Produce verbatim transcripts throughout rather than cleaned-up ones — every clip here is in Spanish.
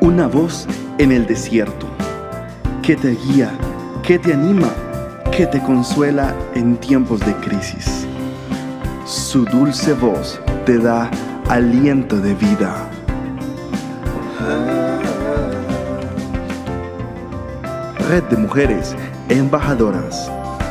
Una voz en el desierto, que te guía, que te anima, que te consuela en tiempos de crisis. Su dulce voz te da aliento de vida. Red de Mujeres Embajadoras.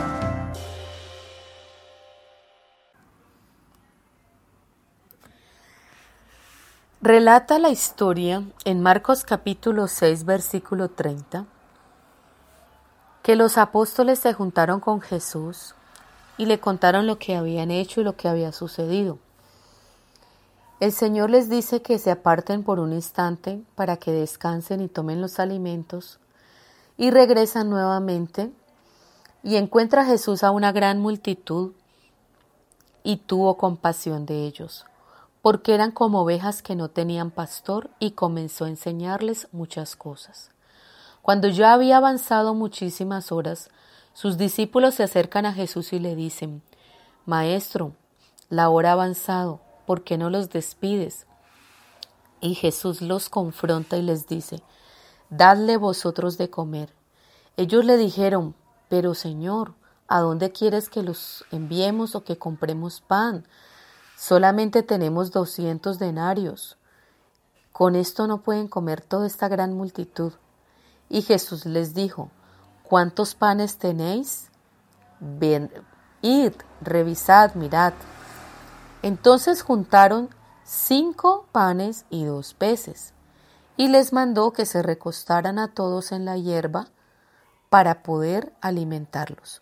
Relata la historia en Marcos capítulo seis, versículo treinta, que los apóstoles se juntaron con Jesús y le contaron lo que habían hecho y lo que había sucedido. El Señor les dice que se aparten por un instante para que descansen y tomen los alimentos, y regresan nuevamente y encuentra Jesús a una gran multitud y tuvo compasión de ellos, porque eran como ovejas que no tenían pastor, y comenzó a enseñarles muchas cosas. Cuando ya había avanzado muchísimas horas, sus discípulos se acercan a Jesús y le dicen: Maestro, la hora ha avanzado, ¿por qué no los despides? Y Jesús los confronta y les dice: Dadle vosotros de comer. Ellos le dijeron: Pero Señor, ¿a dónde quieres que los enviemos o que compremos pan? Solamente tenemos doscientos denarios. Con esto no pueden comer toda esta gran multitud. Y Jesús les dijo: ¿Cuántos panes tenéis? Ven, id, revisad, mirad. Entonces juntaron cinco panes y dos peces, y les mandó que se recostaran a todos en la hierba para poder alimentarlos.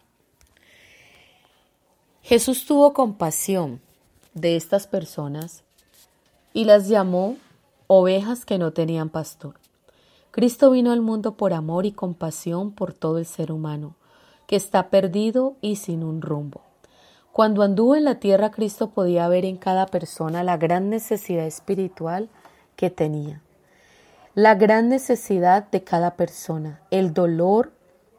Jesús tuvo compasión de estas personas y las llamó ovejas que no tenían pastor. Cristo vino al mundo por amor y compasión por todo el ser humano, que está perdido y sin un rumbo. Cuando anduvo en la tierra, Cristo podía ver en cada persona la gran necesidad espiritual que tenía. La gran necesidad de cada persona, el dolor,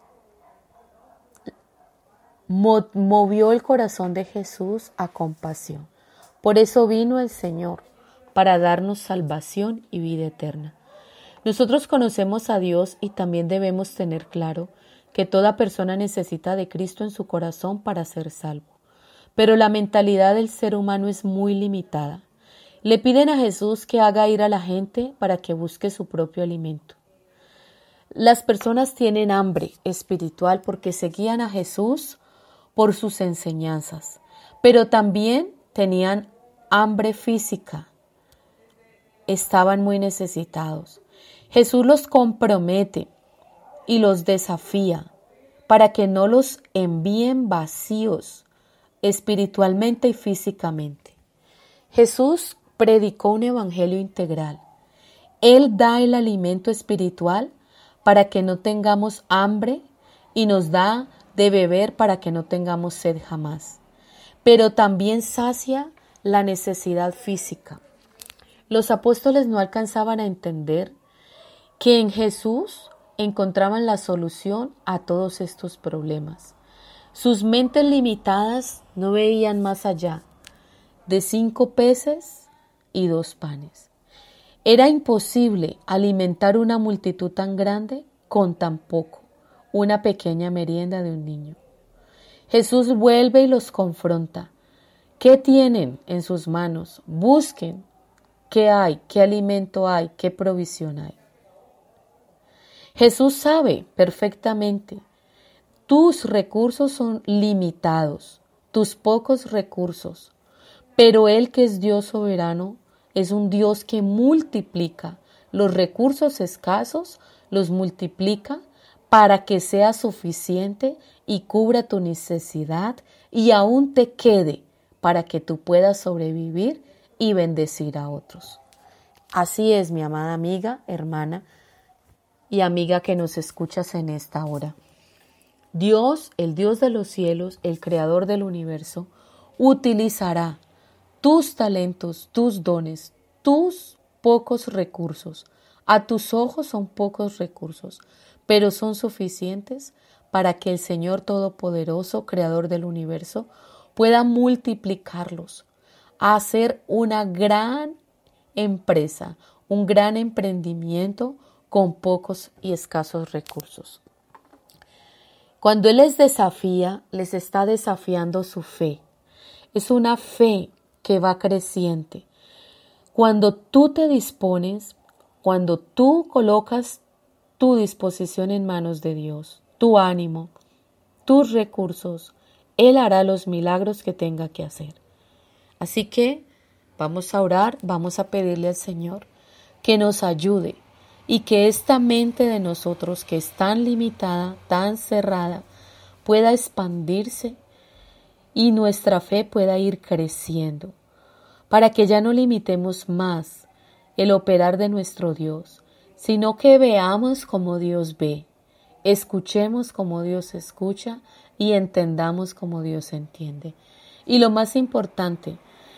mo- movió el corazón de Jesús a compasión. Por eso vino el Señor, para darnos salvación y vida eterna. Nosotros conocemos a Dios y también debemos tener claro que toda persona necesita de Cristo en su corazón para ser salvo. Pero la mentalidad del ser humano es muy limitada. Le piden a Jesús que haga ir a la gente para que busque su propio alimento. Las personas tienen hambre espiritual porque seguían a Jesús por sus enseñanzas, pero también tenían hambre física. Estaban muy necesitados. Jesús los compromete y los desafía para que no los envíen vacíos espiritualmente y físicamente. Jesús predicó un evangelio integral. Él da el alimento espiritual para que no tengamos hambre y nos da de beber para que no tengamos sed jamás. Pero también sacia la necesidad física. Los apóstoles no alcanzaban a entender que en Jesús encontraban la solución a todos estos problemas. Sus mentes limitadas no veían más allá de cinco peces y dos panes. Era imposible alimentar una multitud tan grande con tan poco, una pequeña merienda de un niño. Jesús vuelve y los confronta. ¿Qué tienen en sus manos? Busquen. ¿Qué hay? ¿Qué alimento hay? ¿Qué provisión hay? Jesús sabe perfectamente, tus recursos son limitados, tus pocos recursos, pero Él, que es Dios soberano, es un Dios que multiplica los recursos escasos, los multiplica para que sea suficiente y cubra tu necesidad y aún te quede para que tú puedas sobrevivir y bendecir a otros. Así es, mi amada amiga, hermana y amiga que nos escuchas en esta hora. Dios, el Dios de los cielos, el creador del universo, utilizará tus talentos, tus dones, tus pocos recursos. A tus ojos son pocos recursos, pero son suficientes para que el Señor Todopoderoso, creador del universo, pueda multiplicarlos, a hacer una gran empresa, un gran emprendimiento con pocos y escasos recursos. Cuando Él les desafía, les está desafiando su fe. Es una fe que va creciente. Cuando tú te dispones, cuando tú colocas tu disposición en manos de Dios, tu ánimo, tus recursos, Él hará los milagros que tenga que hacer. Así que vamos a orar, vamos a pedirle al Señor que nos ayude y que esta mente de nosotros que es tan limitada, tan cerrada, pueda expandirse y nuestra fe pueda ir creciendo, para que ya no limitemos más el operar de nuestro Dios, sino que veamos como Dios ve, escuchemos como Dios escucha y entendamos como Dios entiende. Y lo más importante,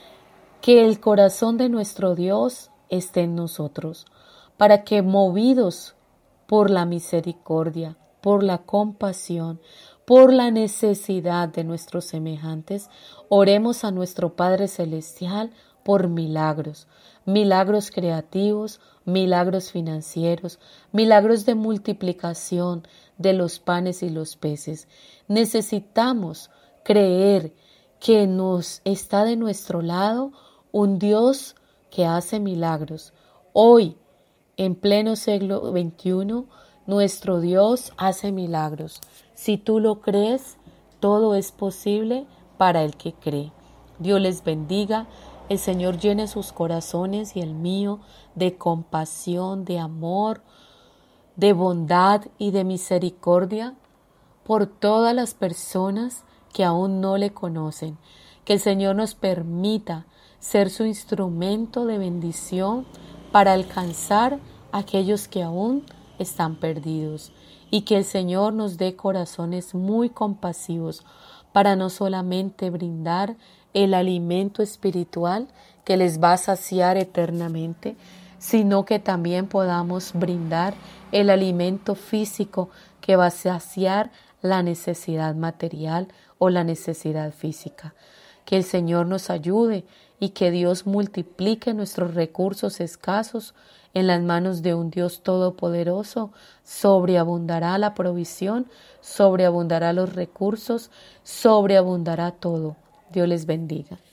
que el corazón de nuestro Dios esté en nosotros, para que movidos por la misericordia, por la compasión, por la necesidad de nuestros semejantes, oremos a nuestro Padre Celestial por milagros, milagros creativos, milagros financieros, milagros de multiplicación de los panes y los peces. Necesitamos creer que nos está de nuestro lado un Dios que hace milagros. Hoy, en pleno siglo veintiuno, nuestro Dios hace milagros. Si tú lo crees, todo es posible para el que cree. Dios les bendiga. El Señor llene sus corazones y el mío de compasión, de amor, de bondad y de misericordia por todas las personas que aún no le conocen. Que el Señor nos permita ser su instrumento de bendición para alcanzar a aquellos que aún están perdidos. Y que el Señor nos dé corazones muy compasivos para no solamente brindar el alimento espiritual que les va a saciar eternamente, sino que también podamos brindar el alimento físico que va a saciar la necesidad material o la necesidad física. Que el Señor nos ayude y que Dios multiplique nuestros recursos escasos en las manos de un Dios todopoderoso. Sobreabundará la provisión, sobreabundará los recursos, sobreabundará todo. Dios les bendiga.